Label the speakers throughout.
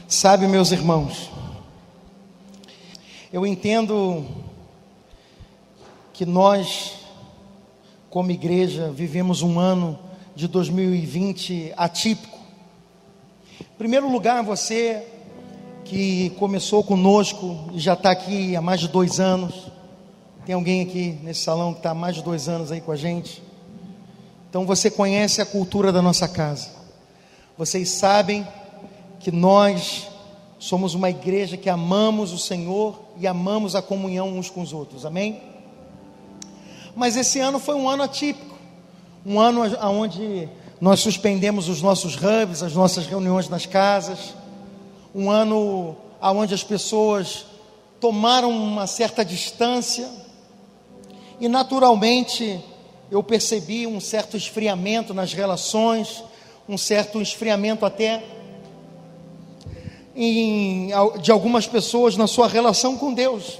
Speaker 1: Sabe, meus irmãos, eu entendo que nós, como igreja, vivemos um ano de 2020 atípico. Em primeiro lugar, você que começou conosco e já está aqui há mais de 2 anos, tem alguém aqui nesse salão que está há mais de 2 anos aí com a gente, então você conhece a cultura da nossa casa. Vocês sabem que nós somos uma igreja que amamos o Senhor e amamos a comunhão uns com os outros, amém? Mas esse ano foi um ano atípico, um ano onde nós suspendemos os nossos hubs, as nossas reuniões nas casas, um ano onde as pessoas tomaram uma certa distância, e naturalmente eu percebi um certo esfriamento nas relações, um certo esfriamento até de algumas pessoas na sua relação com Deus.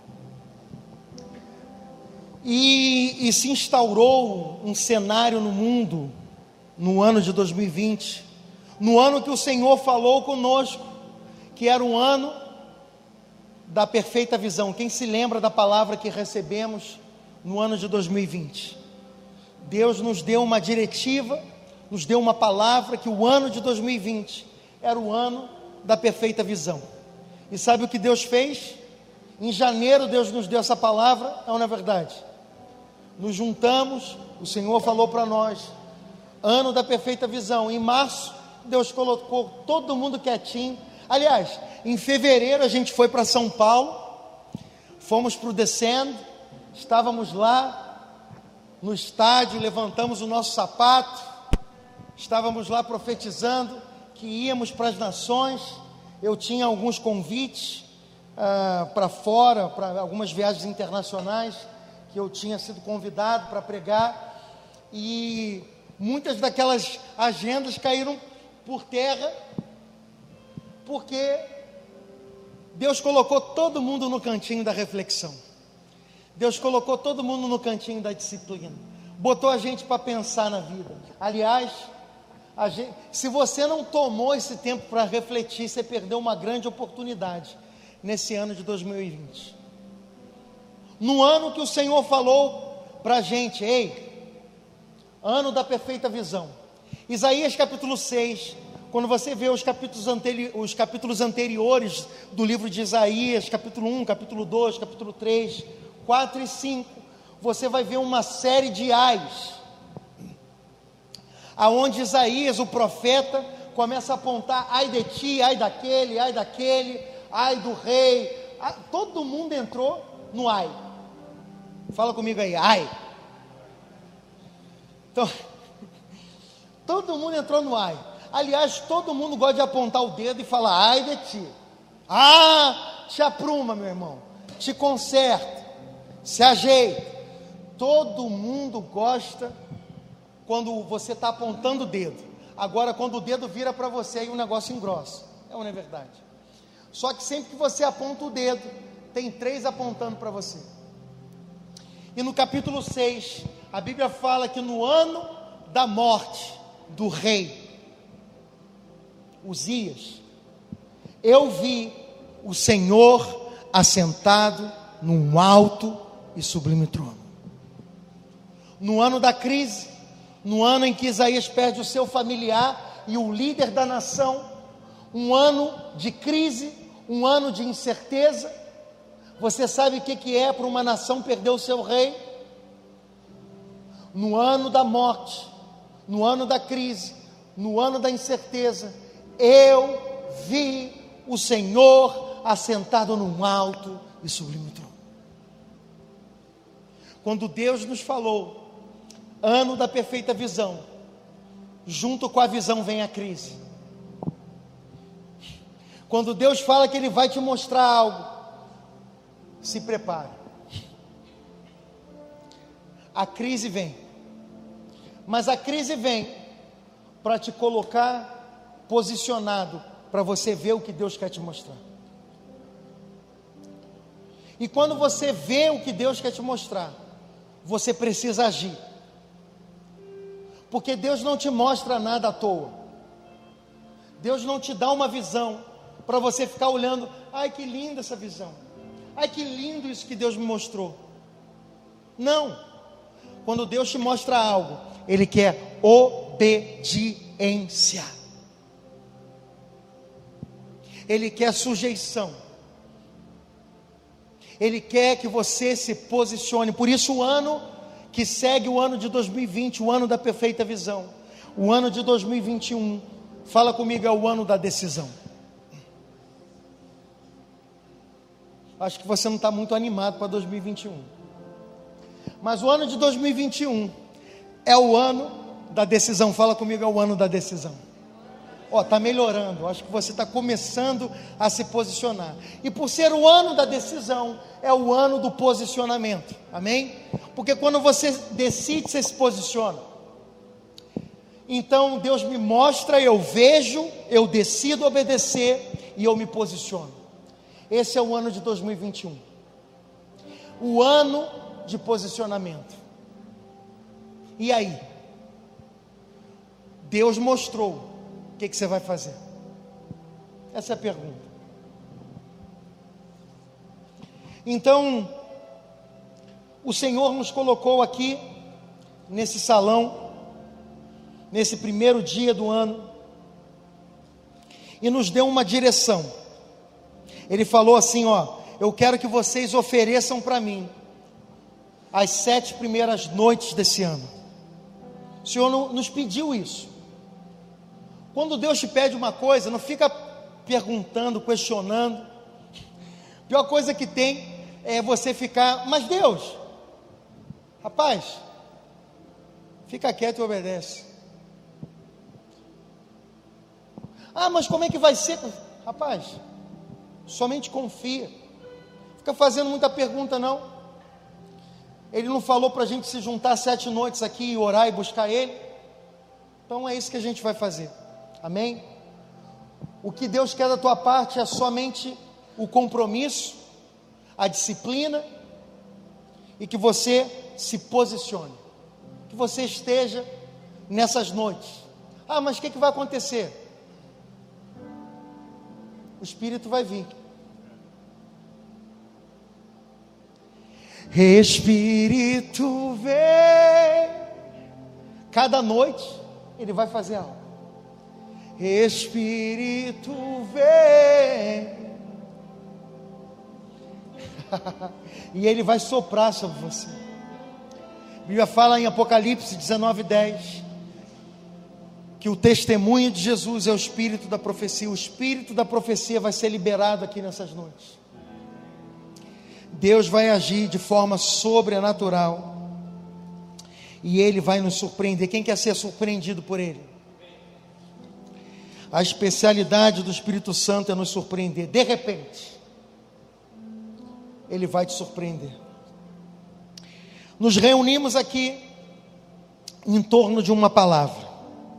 Speaker 1: E se instaurou um cenário no mundo, no ano de 2020, no ano que o Senhor falou conosco, que era um ano da perfeita visão. Quem se lembra da palavra que recebemos no ano de 2020? Deus nos deu uma diretiva, nos deu uma palavra que o ano de 2020 era o ano da perfeita visão. E sabe o que Deus fez? Em janeiro Deus nos deu essa palavra, não é verdade? Nos juntamos, o Senhor falou para nós, ano da perfeita visão. Em março, Deus colocou todo mundo quietinho. Aliás, em fevereiro a gente foi para São Paulo, fomos para o Descend, estávamos lá no estádio, levantamos o nosso sapato, estávamos lá profetizando que íamos para as nações. Eu tinha alguns convites para fora, para algumas viagens internacionais, que eu tinha sido convidado para pregar, e muitas daquelas agendas caíram por terra, porque Deus colocou todo mundo no cantinho da reflexão, Deus colocou todo mundo no cantinho da disciplina, botou a gente para pensar na vida. Aliás, se você não tomou esse tempo para refletir, você perdeu uma grande oportunidade nesse ano de 2020. No ano que o Senhor falou para a gente, ei, ano da perfeita visão. Isaías capítulo 6, quando você vê os capítulos anteriores do livro de Isaías, capítulo 1, capítulo 2, capítulo 3, 4 e 5, você vai ver uma série de ais, aonde Isaías, o profeta, começa a apontar, ai de ti, ai daquele, ai do rei, todo mundo entrou no ai. Fala comigo aí, ai. Então, todo mundo entrou no ai. Aliás, todo mundo gosta de apontar o dedo e falar, ai de ti. Te apruma, meu irmão, te conserta, se ajeita. Todo mundo gosta quando você está apontando o dedo. Agora, quando o dedo vira para você, aí o negócio engrossa. É ou não é verdade? Só que sempre que você aponta o dedo, tem 3 apontando para você. E no capítulo 6, a Bíblia fala que no ano da morte do rei Uzias, eu vi o Senhor assentado num alto e sublime trono. No ano da crise, no ano em que Isaías perde o seu familiar e o líder da nação, um ano de crise, um ano de incerteza. Você sabe o que é para uma nação perder o seu rei? No ano da morte, no ano da crise, no ano da incerteza, eu vi o Senhor assentado num alto e sublime trono. Quando Deus nos falou, ano da perfeita visão, junto com a visão vem a crise. Quando Deus fala que Ele vai te mostrar algo, se prepare. A crise vem, mas a crise vem para te colocar posicionado, para você ver o que Deus quer te mostrar. E quando você vê o que Deus quer te mostrar, você precisa agir, porque Deus não te mostra nada à toa. Deus não te dá uma visão para você ficar olhando, ai que linda essa visão, ai que lindo isso que Deus me mostrou. Não, quando Deus te mostra algo, Ele quer obediência, Ele quer sujeição, Ele quer que você se posicione. Por isso o ano que segue o ano de 2020, o ano da perfeita visão, o ano de 2021, fala comigo, é o ano da decisão. Acho que você não está muito animado para 2021, mas o ano de 2021 é o ano da decisão. Fala comigo, é o ano da decisão. Está melhorando, acho que você está começando a se posicionar, e por ser o ano da decisão, é o ano do posicionamento, amém? Porque quando você decide, você se posiciona. Então Deus me mostra, eu vejo, eu decido obedecer, e eu me posiciono. Esse é o ano de 2021, o ano de posicionamento. E aí? Deus mostrou, o que você vai fazer? Essa é a pergunta. Então, o Senhor nos colocou aqui, nesse salão, nesse primeiro dia do ano, e nos deu uma direção. Ele falou assim, eu quero que vocês ofereçam para mim, as 7 primeiras noites desse ano. O Senhor nos pediu isso. Quando Deus te pede uma coisa, não fica perguntando, questionando. A pior coisa que tem é você ficar, mas Deus, rapaz, fica quieto e obedece. Mas como é que vai ser? Rapaz, somente confia. Fica fazendo muita pergunta não. Ele não falou para a gente se juntar 7 noites aqui e orar e buscar Ele? Então é isso que a gente vai fazer. Amém? O que Deus quer da tua parte é somente o compromisso, a disciplina, e que você se posicione, que você esteja nessas noites. Mas o que vai acontecer? O Espírito vai vir. Espírito vem. Cada noite Ele vai fazer algo. Espírito vem. E Ele vai soprar sobre você. A Bíblia fala em Apocalipse 19:10 que o testemunho de Jesus é o espírito da profecia. O espírito da profecia vai ser liberado aqui nessas noites. Deus vai agir de forma sobrenatural, e Ele vai nos surpreender. Quem quer ser surpreendido por Ele? A especialidade do Espírito Santo é nos surpreender. De repente, Ele vai te surpreender. Nos reunimos aqui em torno de uma palavra.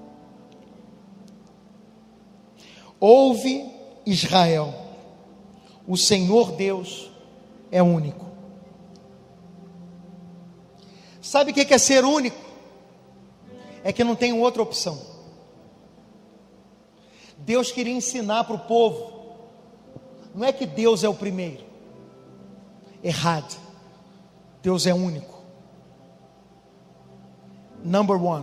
Speaker 1: Ouve, Israel, o Senhor Deus é único. Sabe o que é ser único? É que não tem outra opção. Deus queria ensinar para o povo, não é que Deus é o primeiro. Errado. Deus é único. Number one.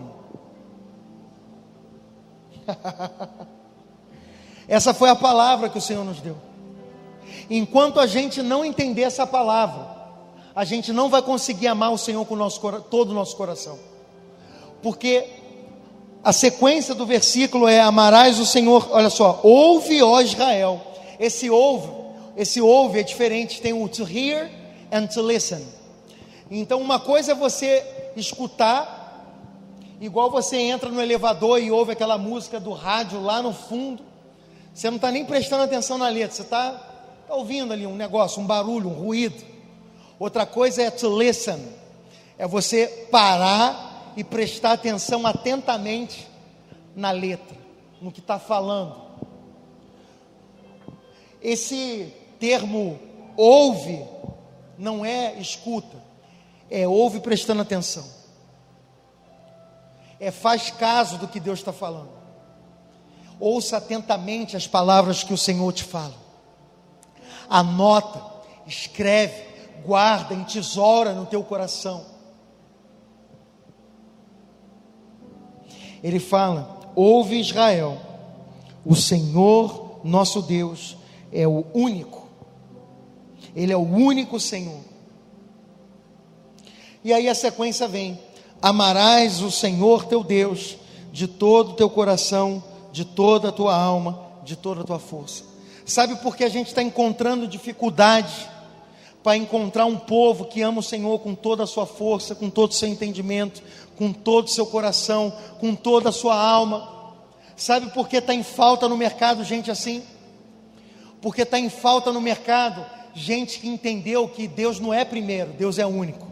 Speaker 1: Essa foi a palavra que o Senhor nos deu. Enquanto a gente não entender essa palavra, a gente não vai conseguir amar o Senhor com todo o nosso coração. Porque a sequência do versículo é: amarás o Senhor. Olha só, ouve, ó Israel. Esse ouve é diferente, tem o to hear and to listen. Então uma coisa é você escutar, igual você entra no elevador e ouve aquela música do rádio lá no fundo, você não está nem prestando atenção na letra, você está ouvindo ali um negócio, um barulho, um ruído. Outra coisa é to listen, é você parar e prestar atenção atentamente na letra, no que está falando. Esse termo ouve não é escuta, é ouve prestando atenção, é faz caso do que Deus está falando. Ouça atentamente as palavras que o Senhor te fala. Anota, escreve, guarda, entesoura no teu coração. Ele fala: ouve, Israel, o Senhor nosso Deus é o único. Ele é o único Senhor. E aí a sequência vem: amarás o Senhor teu Deus de todo o teu coração, de toda a tua alma, de toda a tua força. Sabe por que a gente está encontrando dificuldade para encontrar um povo que ama o Senhor com toda a sua força, com todo o seu entendimento, com todo o seu coração, com toda a sua alma? Sabe por que está em falta no mercado gente assim? Porque está em falta no mercado gente que entendeu que Deus não é primeiro, Deus é único.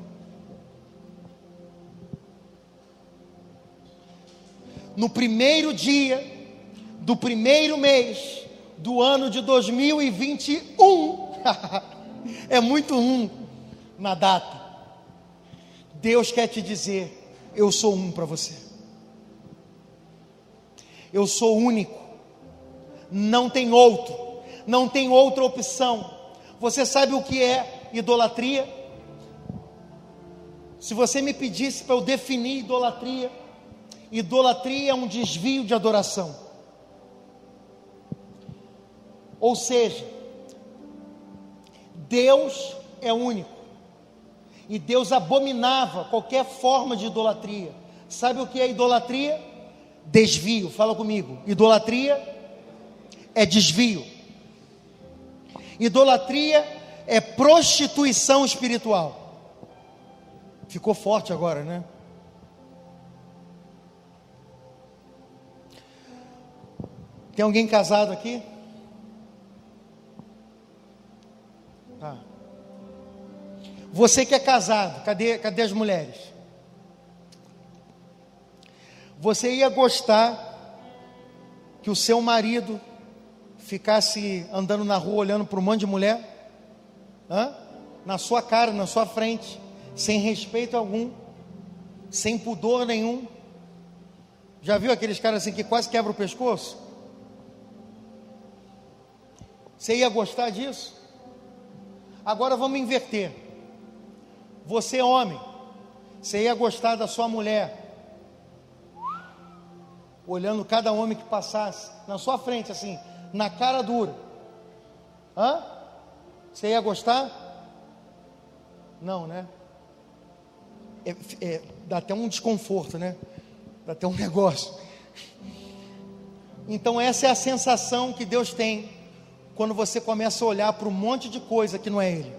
Speaker 1: No primeiro dia do primeiro mês do ano de 2021, é muito na data, Deus quer te dizer: eu sou para você. Eu sou único, não tem outro, não tem outra opção. Você sabe o que é idolatria? Se você me pedisse para eu definir idolatria, idolatria é um desvio de adoração. Ou seja, Deus é único, e Deus abominava qualquer forma de idolatria. Sabe o que é idolatria? Desvio. Fala comigo. Idolatria é desvio. Idolatria é prostituição espiritual. Ficou forte agora, né? Tem alguém casado aqui? Tá. Você que é casado, cadê as mulheres? Você ia gostar que o seu marido ficasse andando na rua olhando para um monte de mulher? Na sua cara, na sua frente, sem respeito algum, sem pudor nenhum? Já viu aqueles caras assim que quase quebram o pescoço? Você ia gostar disso? Agora vamos inverter. Você, homem, você ia gostar da sua mulher olhando cada homem que passasse na sua frente, assim, na cara dura? Você ia gostar? Não, né? Dá até um desconforto, né? Dá até um negócio. Então essa é a sensação que Deus tem quando você começa a olhar para um monte de coisa que não é Ele.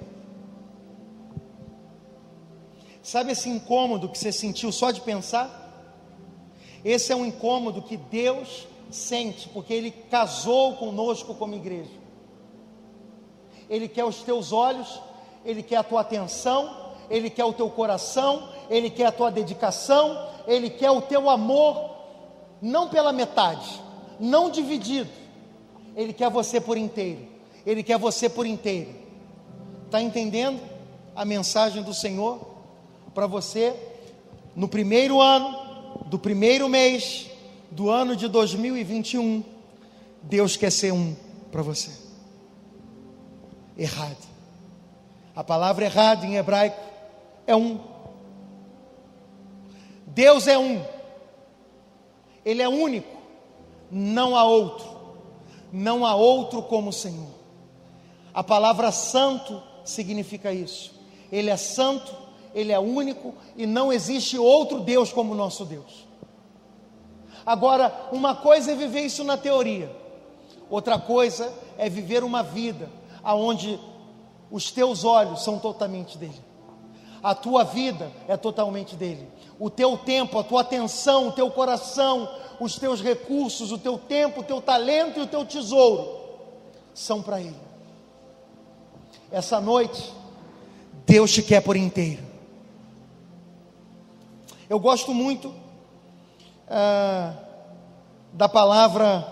Speaker 1: Sabe esse incômodo que você sentiu só de pensar? Esse é um incômodo que Deus sente, porque Ele casou conosco como igreja. Ele quer os teus olhos, Ele quer a tua atenção, Ele quer o teu coração, Ele quer a tua dedicação, Ele quer o teu amor, não pela metade, não dividido. Ele quer você por inteiro. Ele quer você por inteiro. Está entendendo a mensagem do Senhor para você? No primeiro ano, do primeiro mês do ano de 2021, Deus quer ser para você. Errado. A palavra errado em hebraico é Deus é Ele é único, não há outro. Não há outro como o Senhor. A palavra santo significa isso. Ele é santo, Ele é único, e não existe outro Deus como o nosso Deus. Agora, uma coisa é viver isso na teoria, outra coisa é viver uma vida onde os teus olhos são totalmente dele, a tua vida é totalmente dele, o teu tempo, a tua atenção, o teu coração, os teus recursos, o teu tempo, o teu talento e o teu tesouro são para Ele. Essa noite, Deus te quer por inteiro. Eu gosto muito da palavra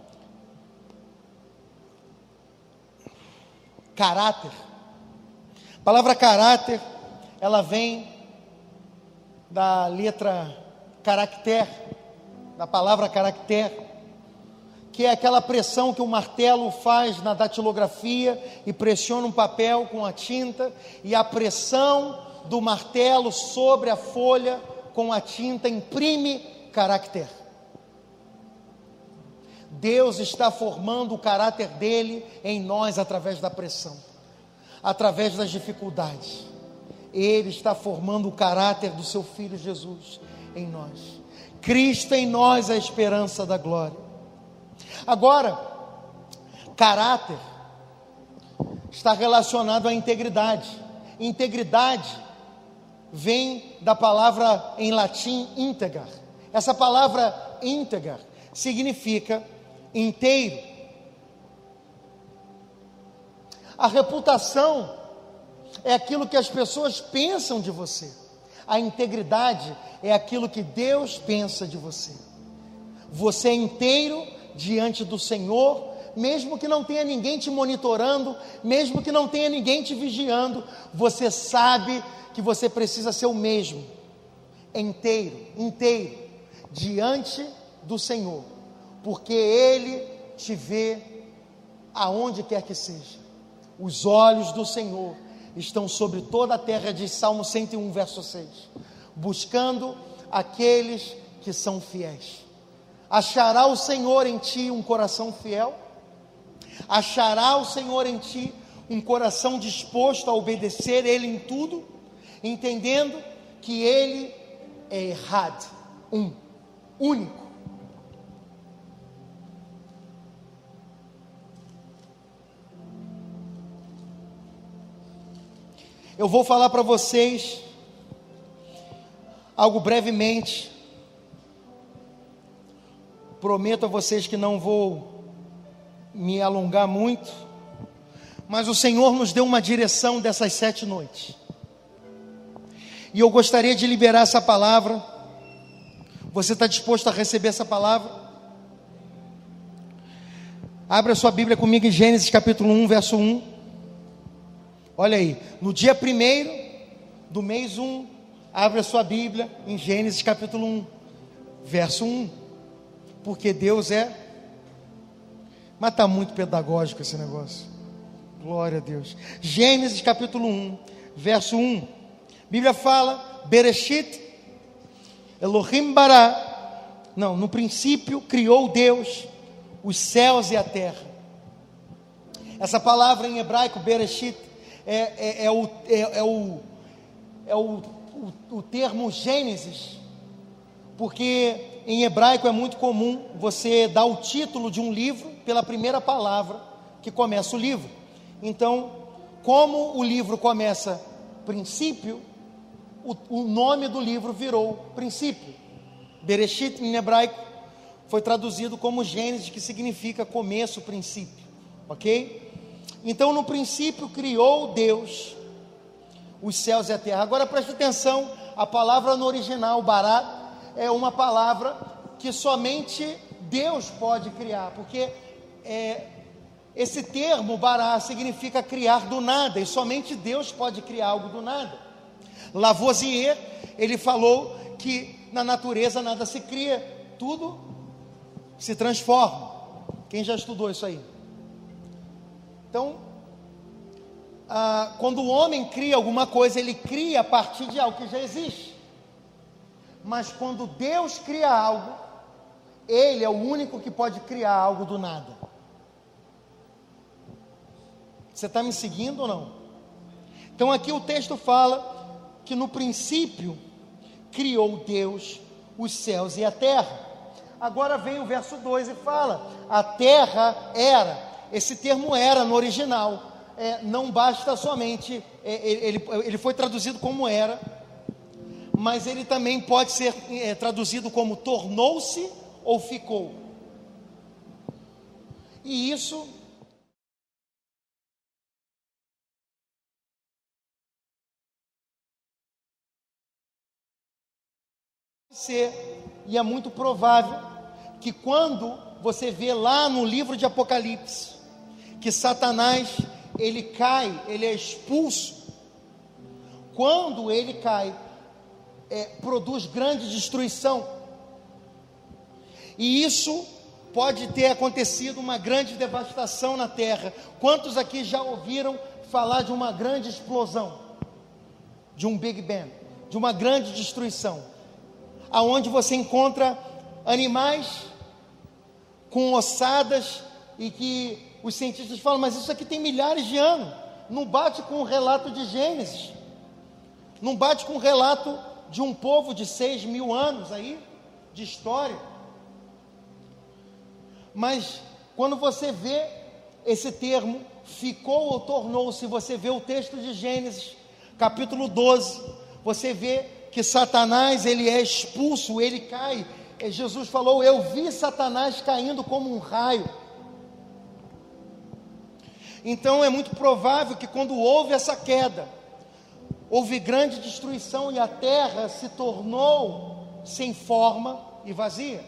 Speaker 1: caráter. A palavra caráter, ela vem da letra caractere, da palavra caractere, que é aquela pressão que o martelo faz na datilografia e pressiona um papel com a tinta, e a pressão do martelo sobre a folha com a tinta imprime caráter. Deus está formando o caráter dele em nós através da pressão, através das dificuldades. Ele está formando o caráter do seu Filho Jesus em nós. Cristo em nós é a esperança da glória. Agora, caráter está relacionado à integridade. Integridade vem da palavra em latim integer. Essa palavra integer significa inteiro. A reputação é aquilo que as pessoas pensam de você. A integridade é aquilo que Deus pensa de você. Você é inteiro diante do Senhor, mesmo que não tenha ninguém te monitorando, mesmo que não tenha ninguém te vigiando, você sabe que você precisa ser o mesmo, inteiro, diante do Senhor, porque Ele te vê aonde quer que seja. Os olhos do Senhor estão sobre toda a terra, diz Salmo 101, verso 6, buscando aqueles que são fiéis. Achará o Senhor em ti um coração fiel? Achará o Senhor em ti um coração disposto a obedecer Ele em tudo, entendendo que Ele é Errad, único. Eu vou falar para vocês algo brevemente. Prometo a vocês que não vou me alongar muito, mas o Senhor nos deu uma direção dessas 7 noites, e eu gostaria de liberar essa palavra. Você está disposto a receber essa palavra? Abra sua Bíblia comigo em Gênesis capítulo 1, verso 1. Olha aí, no dia 1º do mês 1, abra sua Bíblia em Gênesis capítulo 1, verso 1, porque Deus é, mas está muito pedagógico esse negócio, glória a Deus. Gênesis capítulo 1, verso 1, a Bíblia fala, Bereshit, Elohim bara, no princípio criou Deus os céus e a terra. Essa palavra em hebraico, Bereshit, é o termo Gênesis, porque em hebraico é muito comum você dar o título de um livro pela primeira palavra que começa o livro. Então, como o livro começa princípio, o nome do livro virou princípio. Bereshit em hebraico foi traduzido como Gênesis, que significa começo, princípio, ok? Então, no princípio criou Deus os céus e a terra. Agora preste atenção, a palavra no original, bará, é uma palavra que somente Deus pode criar, porque esse termo, bará, significa criar do nada, e somente Deus pode criar algo do nada. Lavoisier, ele falou que na natureza nada se cria, tudo se transforma. Quem já estudou isso aí? Então, quando o homem cria alguma coisa, ele cria a partir de algo que já existe. Mas quando Deus cria algo, Ele é o único que pode criar algo do nada. Você está me seguindo ou não? Então aqui o texto fala que no princípio criou Deus os céus e a terra. Agora vem o verso 2 e fala, a terra era. Esse termo era no original, não basta somente, ele foi traduzido como era, mas ele também pode ser traduzido como tornou-se ou ficou. E isso e é muito provável que quando você vê lá no livro de Apocalipse, que Satanás, ele cai, ele é expulso. Quando ele cai, produz grande destruição. E isso pode ter acontecido uma grande devastação na terra. Quantos aqui já ouviram falar de uma grande explosão? De um Big Bang, de uma grande destruição, aonde você encontra animais com ossadas, e que os cientistas falam, mas isso aqui tem milhares de anos, não bate com o relato de Gênesis, não bate com o relato de um povo de 6.000 anos aí, de história. Mas quando você vê esse termo, ficou ou tornou-se, você vê o texto de Gênesis, capítulo 12, você vê que Satanás, ele é expulso, ele cai. Jesus falou, eu vi Satanás caindo como um raio. Então é muito provável que quando houve essa queda, houve grande destruição e a terra se tornou sem forma e vazia.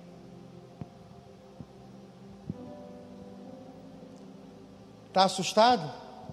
Speaker 1: Está assustado?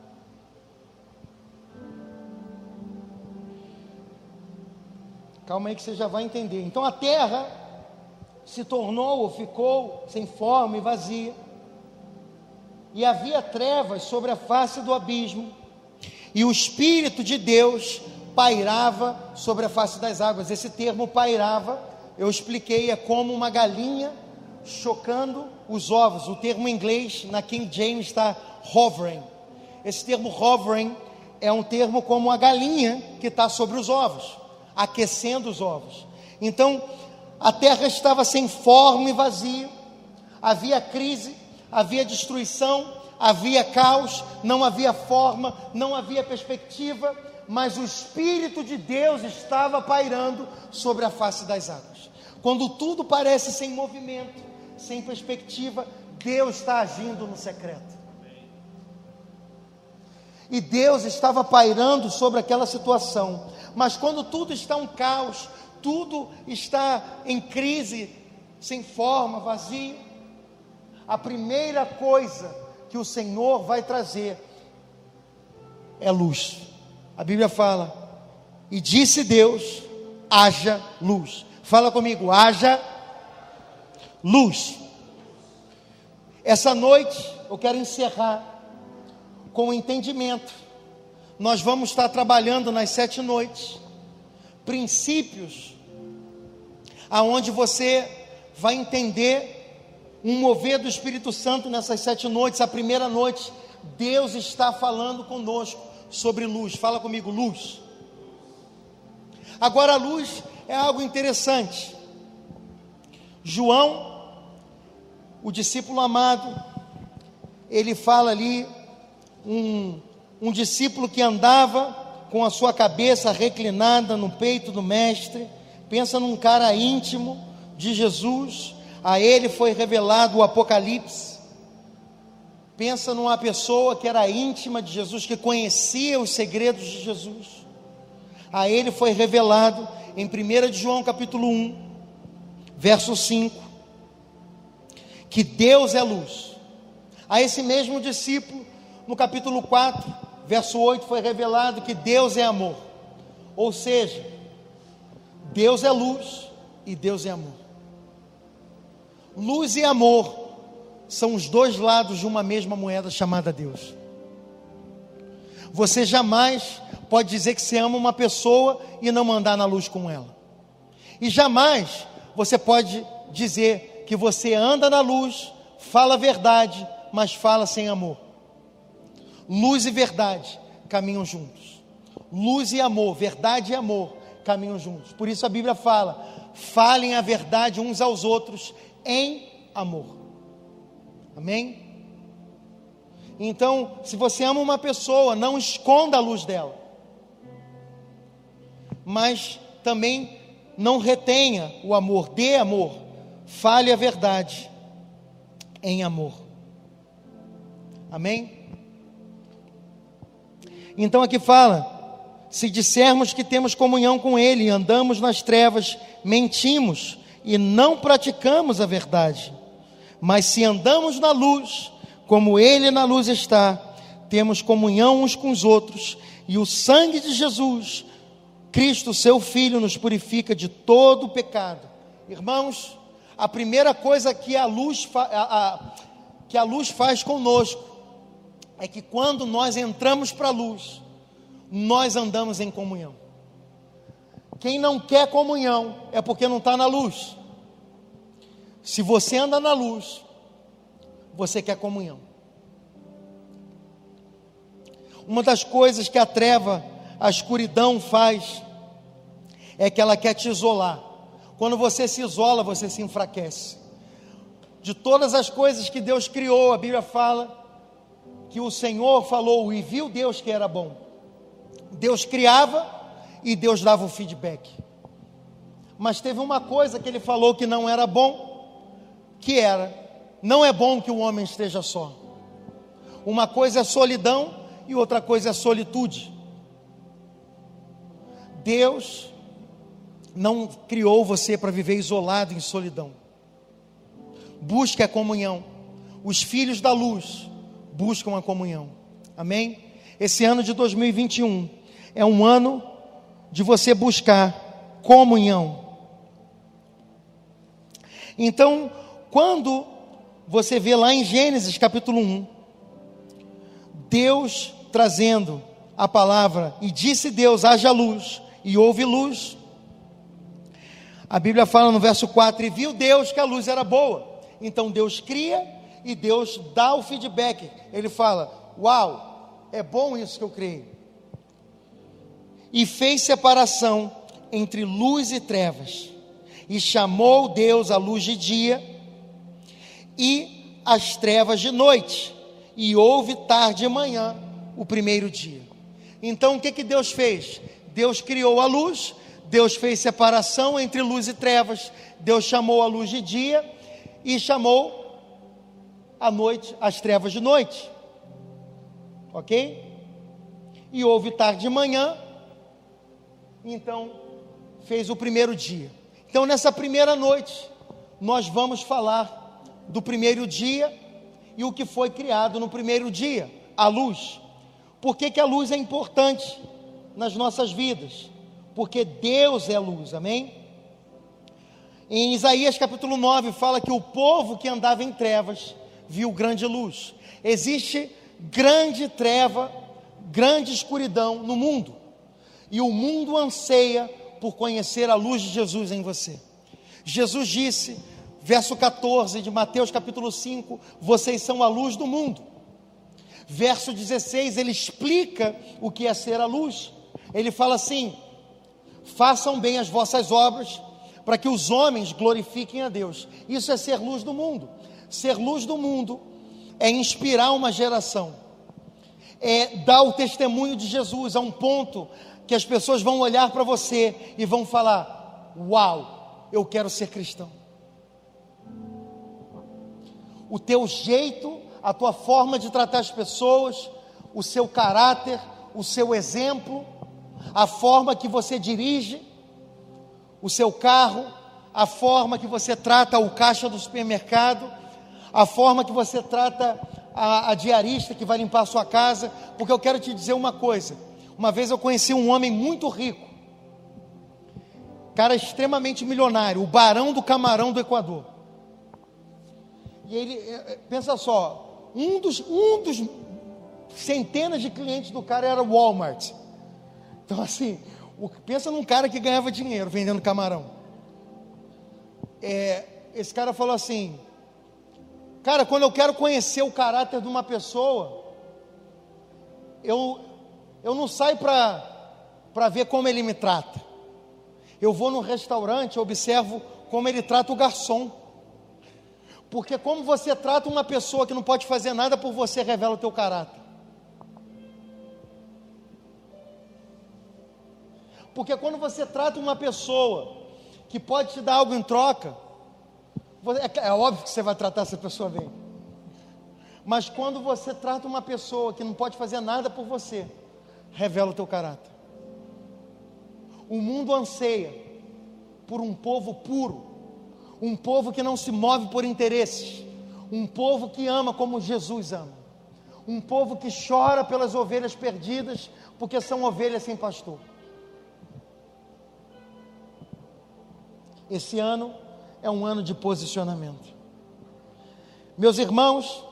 Speaker 1: Calma aí que você já vai entender. Então a terra se tornou ou ficou sem forma e vazia. E havia trevas sobre a face do abismo. E o Espírito de Deus pairava sobre a face das águas. Esse termo pairava, eu expliquei, é como uma galinha chocando os ovos. O termo em inglês, na King James, está hovering. Esse termo hovering é um termo como a galinha que está sobre os ovos, aquecendo os ovos. Então, a terra estava sem forma e vazia, havia crise, havia destruição, havia caos, não havia forma, não havia perspectiva, mas o Espírito de Deus estava pairando sobre a face das águas. Quando tudo parece sem movimento, sem perspectiva, Deus está agindo no secreto. E Deus estava pairando sobre aquela situação. Mas quando tudo está um caos, tudo está em crise, sem forma, vazio, a primeira coisa que o Senhor vai trazer é luz. A Bíblia fala, e disse Deus, haja luz. Fala comigo, haja luz. Essa noite eu quero encerrar com o entendimento. Nós vamos estar trabalhando nas 7 noites, princípios, aonde você vai entender um mover do Espírito Santo nessas 7 noites. A primeira noite, Deus está falando conosco sobre luz. Fala comigo, luz. Agora a luz é algo interessante. João, o discípulo amado, ele fala ali, um discípulo que andava com a sua cabeça reclinada no peito do mestre. Pensa num cara íntimo de Jesus, a ele foi revelado o Apocalipse. Pensa numa pessoa que era íntima de Jesus, que conhecia os segredos de Jesus. A ele foi revelado em 1 de João capítulo 1, verso 5, que Deus é luz. A esse mesmo discípulo, no capítulo 4, verso 8, foi revelado que Deus é amor. Ou seja, Deus é luz e Deus é amor. Luz e amor são os dois lados de uma mesma moeda chamada Deus. Você jamais pode dizer que você ama uma pessoa e não andar na luz com ela. E jamais você pode dizer que você anda na luz, fala a verdade, mas fala sem amor. Luz e verdade caminham juntos. Luz e amor, verdade e amor caminham juntos. Por isso a Bíblia fala, falem a verdade uns aos outros em amor. Amém? Então, se você ama uma pessoa, não esconda a luz dela, mas também não retenha o amor, dê amor, fale a verdade em amor. Amém? Então aqui fala, se dissermos que temos comunhão com Ele e andamos nas trevas, mentimos e não praticamos a verdade. Mas se andamos na luz, como Ele na luz está, temos comunhão uns com os outros, e o sangue de Jesus, Cristo, seu Filho, nos purifica de todo o pecado. Irmãos, a primeira coisa que a luz faz conosco é que quando nós entramos para a luz, nós andamos em comunhão. Quem não quer comunhão é porque não está na luz. Se você anda na luz, você quer comunhão. Uma das coisas que a treva, a escuridão faz, é que ela quer te isolar. Quando você se isola, você se enfraquece. De todas as coisas que Deus criou, a Bíblia fala que o Senhor falou e viu Deus que era bom. Deus criava e Deus dava o feedback. Mas teve uma coisa que Ele falou que não era bom, que era, não é bom que o homem esteja só. Uma coisa é solidão e outra coisa é solitude. Deus não criou você para viver isolado em solidão. Busque a comunhão. Os filhos da luz buscam a comunhão. Amém? Esse ano de 2021 é um ano de você buscar comunhão. Então, quando você vê lá em Gênesis capítulo 1, Deus trazendo a palavra, e disse Deus, haja luz, e houve luz. A Bíblia fala no verso 4, e viu Deus que a luz era boa. Então Deus cria e Deus dá o feedback. Ele fala, uau, é bom isso que eu criei. E fez separação entre luz e trevas. E chamou Deus a luz de dia e as trevas de noite. E houve tarde e manhã o primeiro dia. Então o que Deus fez? Deus criou a luz, Deus fez separação entre luz e trevas, Deus chamou a luz de dia e chamou a noite, as trevas de noite. Ok? E houve tarde e manhã, então fez o primeiro dia. Então nessa primeira noite, nós vamos falar do primeiro dia e o que foi criado no primeiro dia, a luz. Por que a luz é importante nas nossas vidas? Porque Deus é luz, amém? Em Isaías capítulo 9 fala que o povo que andava em trevas viu grande luz. Existe grande treva, grande escuridão no mundo, e o mundo anseia por conhecer a luz de Jesus em você. Jesus disse, verso 14 de Mateus capítulo 5, vocês são a luz do mundo. Verso 16, ele explica o que é ser a luz. Ele fala assim, façam bem as vossas obras, para que os homens glorifiquem a Deus. Isso é ser luz do mundo. Ser luz do mundo é inspirar uma geração, é dar o testemunho de Jesus a um ponto que as pessoas vão olhar para você e vão falar, uau, eu quero ser cristão. O teu jeito, a tua forma de tratar as pessoas, o seu caráter, o seu exemplo, a forma que você dirige o seu carro, a forma que você trata o caixa do supermercado, a forma que você trata a diarista que vai limpar a sua casa. Porque eu quero te dizer uma coisa, uma vez eu conheci um homem muito rico, cara extremamente milionário, o Barão do Camarão do Equador. E ele, pensa só, um dos centenas de clientes do cara era o Walmart. Então assim, pensa num cara que ganhava dinheiro vendendo camarão. Esse cara falou assim, cara, quando eu quero conhecer o caráter de uma pessoa, eu não saio para ver como ele me trata. Eu vou no restaurante, observo como ele trata o garçom. Porque como você trata uma pessoa que não pode fazer nada por você, revela o teu caráter. Porque quando você trata uma pessoa que pode te dar algo em troca, é óbvio que você vai tratar essa pessoa bem. Mas quando você trata uma pessoa que não pode fazer nada por você, revela o teu caráter. O mundo anseia por um povo puro, um povo que não se move por interesses, um povo que ama como Jesus ama, um povo que chora pelas ovelhas perdidas, porque são ovelhas sem pastor. Esse ano é um ano de posicionamento. Meus irmãos,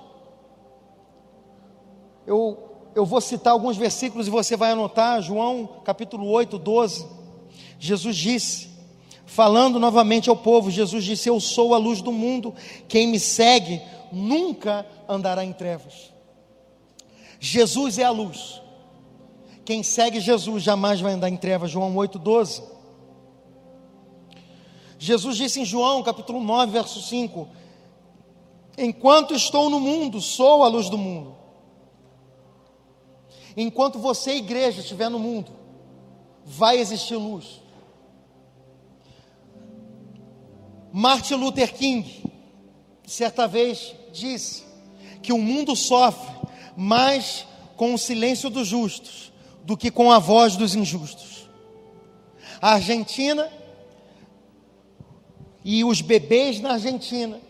Speaker 1: eu vou citar alguns versículos e você vai anotar. João capítulo 8, 12. Jesus disse, falando novamente ao povo, Jesus disse: eu sou a luz do mundo, quem me segue nunca andará em trevas. Jesus é a luz, quem segue Jesus jamais vai andar em trevas. João 8, 12. Jesus disse em João capítulo 9, verso 5: enquanto estou no mundo, sou a luz do mundo. Enquanto você, igreja, estiver no mundo, vai existir luz. Martin Luther King, certa vez, disse que o mundo sofre mais com o silêncio dos justos do que com a voz dos injustos. A Argentina e os bebês na Argentina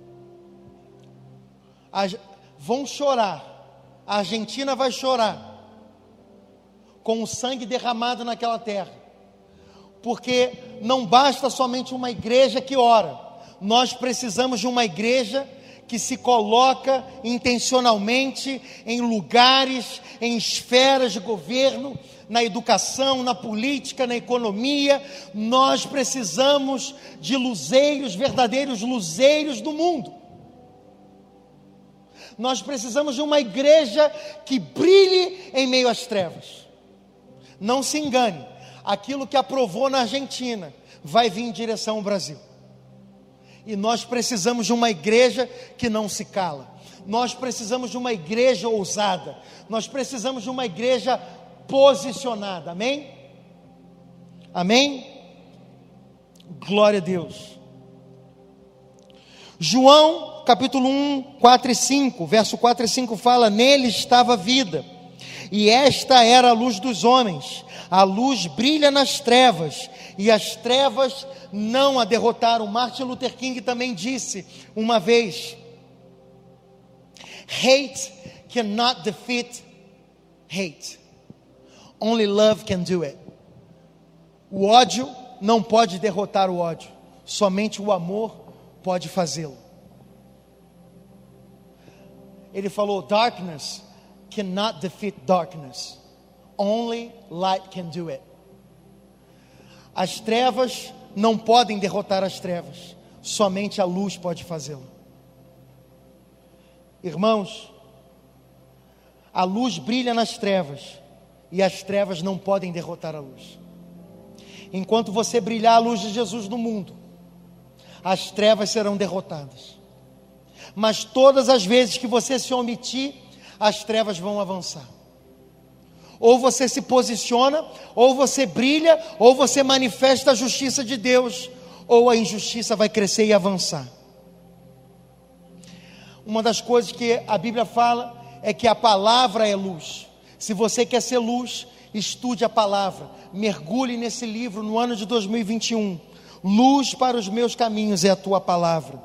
Speaker 1: vão chorar. A Argentina vai chorar com o sangue derramado naquela terra, porque não basta somente uma igreja que ora, nós precisamos de uma igreja que se coloca intencionalmente em lugares, em esferas de governo, na educação, na política, na economia. Nós precisamos de luzeiros, verdadeiros luzeiros do mundo. Nós precisamos de uma igreja que brilhe em meio às trevas. Não se engane, aquilo que aprovou na Argentina vai vir em direção ao Brasil. E nós precisamos de uma igreja que não se cala. Nós precisamos de uma igreja ousada. Nós precisamos de uma igreja posicionada. Amém? Amém? Glória a Deus. João capítulo 1, 4 e 5, verso 4 e 5 fala: nele estava a vida, e esta era a luz dos homens. A luz brilha nas trevas, e as trevas não a derrotaram. Martin Luther King também disse uma vez: hate cannot defeat hate. Only love can do it. O ódio não pode derrotar o ódio. Somente o amor pode fazê-lo. Ele falou: darkness cannot defeat darkness. Only light can do it. As trevas não podem derrotar as trevas. Somente a luz pode fazê-lo. Irmãos, a luz brilha nas trevas, e as trevas não podem derrotar a luz. Enquanto você brilhar a luz de Jesus no mundo, as trevas serão derrotadas. Mas todas as vezes que você se omitir, as trevas vão avançar. Ou você se posiciona, ou você brilha, ou você manifesta a justiça de Deus, ou a injustiça vai crescer e avançar. Uma das coisas que a Bíblia fala é que a palavra é luz. Se você quer ser luz, estude a palavra, mergulhe nesse livro no ano de 2021. Luz para os meus caminhos é a tua palavra.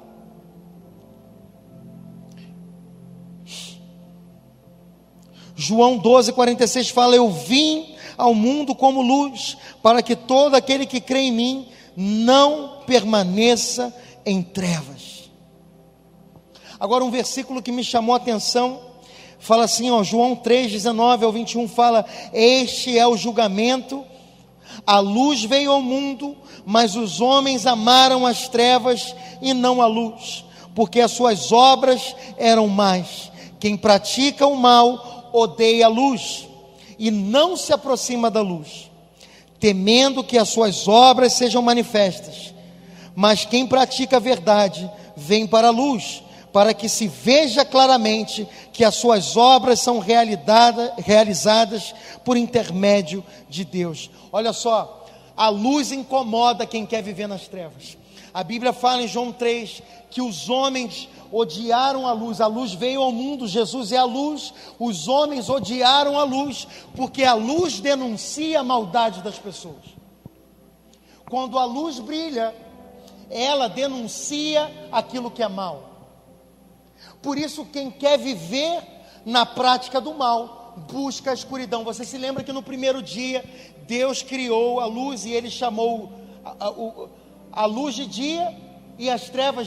Speaker 1: João 12, 46 fala: eu vim ao mundo como luz, para que todo aquele que crê em mim não permaneça em trevas. Agora um versículo que me chamou a atenção, fala assim, João 3, 19 ao 21 fala: este é o julgamento, a luz veio ao mundo, mas os homens amaram as trevas e não a luz, porque as suas obras eram más. Quem pratica o mal odeia a luz e não se aproxima da luz, temendo que as suas obras sejam manifestas. Mas quem pratica a verdade vem para a luz, para que se veja claramente que as suas obras são realizadas por intermédio de Deus. Olha só, a luz incomoda quem quer viver nas trevas. A Bíblia fala em João 3 que os homens odiaram a luz veio ao mundo, Jesus é a luz, os homens odiaram a luz, porque a luz denuncia a maldade das pessoas. Quando a luz brilha, ela denuncia aquilo que é mal. Por isso, quem quer viver na prática do mal, busca a escuridão. Você se lembra que no primeiro dia, Deus criou a luz e Ele chamou a luz de dia e as trevas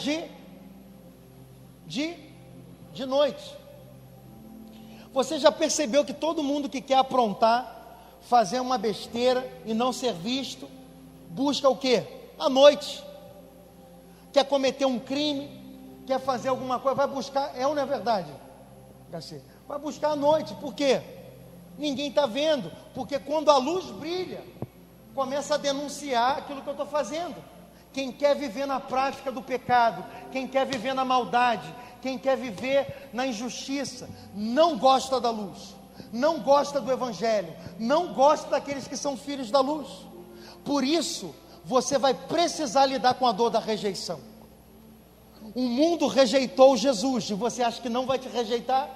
Speaker 1: de noite. Você já percebeu que todo mundo que quer aprontar, fazer uma besteira e não ser visto, busca o quê? À noite. Quer cometer um crime, quer fazer alguma coisa, vai buscar, é ou não é verdade, Garcia? Vai buscar à noite, por quê? Ninguém está vendo, porque quando a luz brilha, começa a denunciar aquilo que eu estou fazendo. Quem quer viver na prática do pecado, quem quer viver na maldade, quem quer viver na injustiça, não gosta da luz, não gosta do Evangelho, não gosta daqueles que são filhos da luz. Por isso, você vai precisar lidar com a dor da rejeição. O mundo rejeitou Jesus, e você acha que não vai te rejeitar?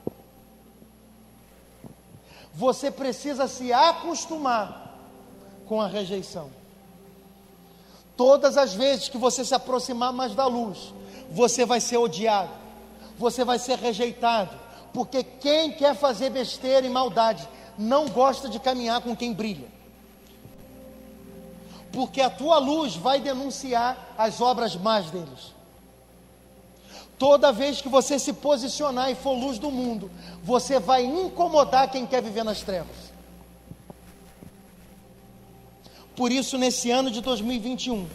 Speaker 1: Você precisa se acostumar com a rejeição. Todas as vezes que você se aproximar mais da luz, você vai ser odiado, você vai ser rejeitado, porque quem quer fazer besteira e maldade, não gosta de caminhar com quem brilha, porque a tua luz vai denunciar as obras más deles. Toda vez que você se posicionar e for luz do mundo, você vai incomodar quem quer viver nas trevas. Por isso, nesse ano de 2021,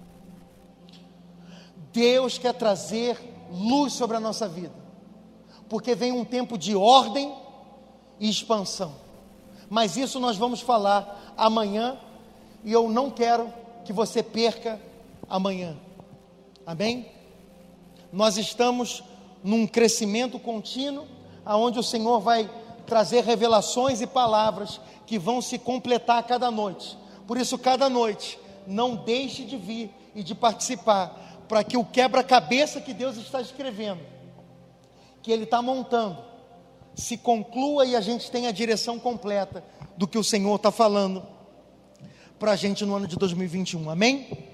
Speaker 1: Deus quer trazer luz sobre a nossa vida, porque vem um tempo de ordem e expansão. Mas isso nós vamos falar amanhã, e eu não quero que você perca amanhã. Amém? Nós estamos num crescimento contínuo, aonde o Senhor vai trazer revelações e palavras que vão se completar a cada noite. Por isso, cada noite, não deixe de vir e de participar, para que o quebra-cabeça que Deus está escrevendo, que Ele está montando, se conclua e a gente tenha a direção completa do que o Senhor está falando para a gente no ano de 2021, amém?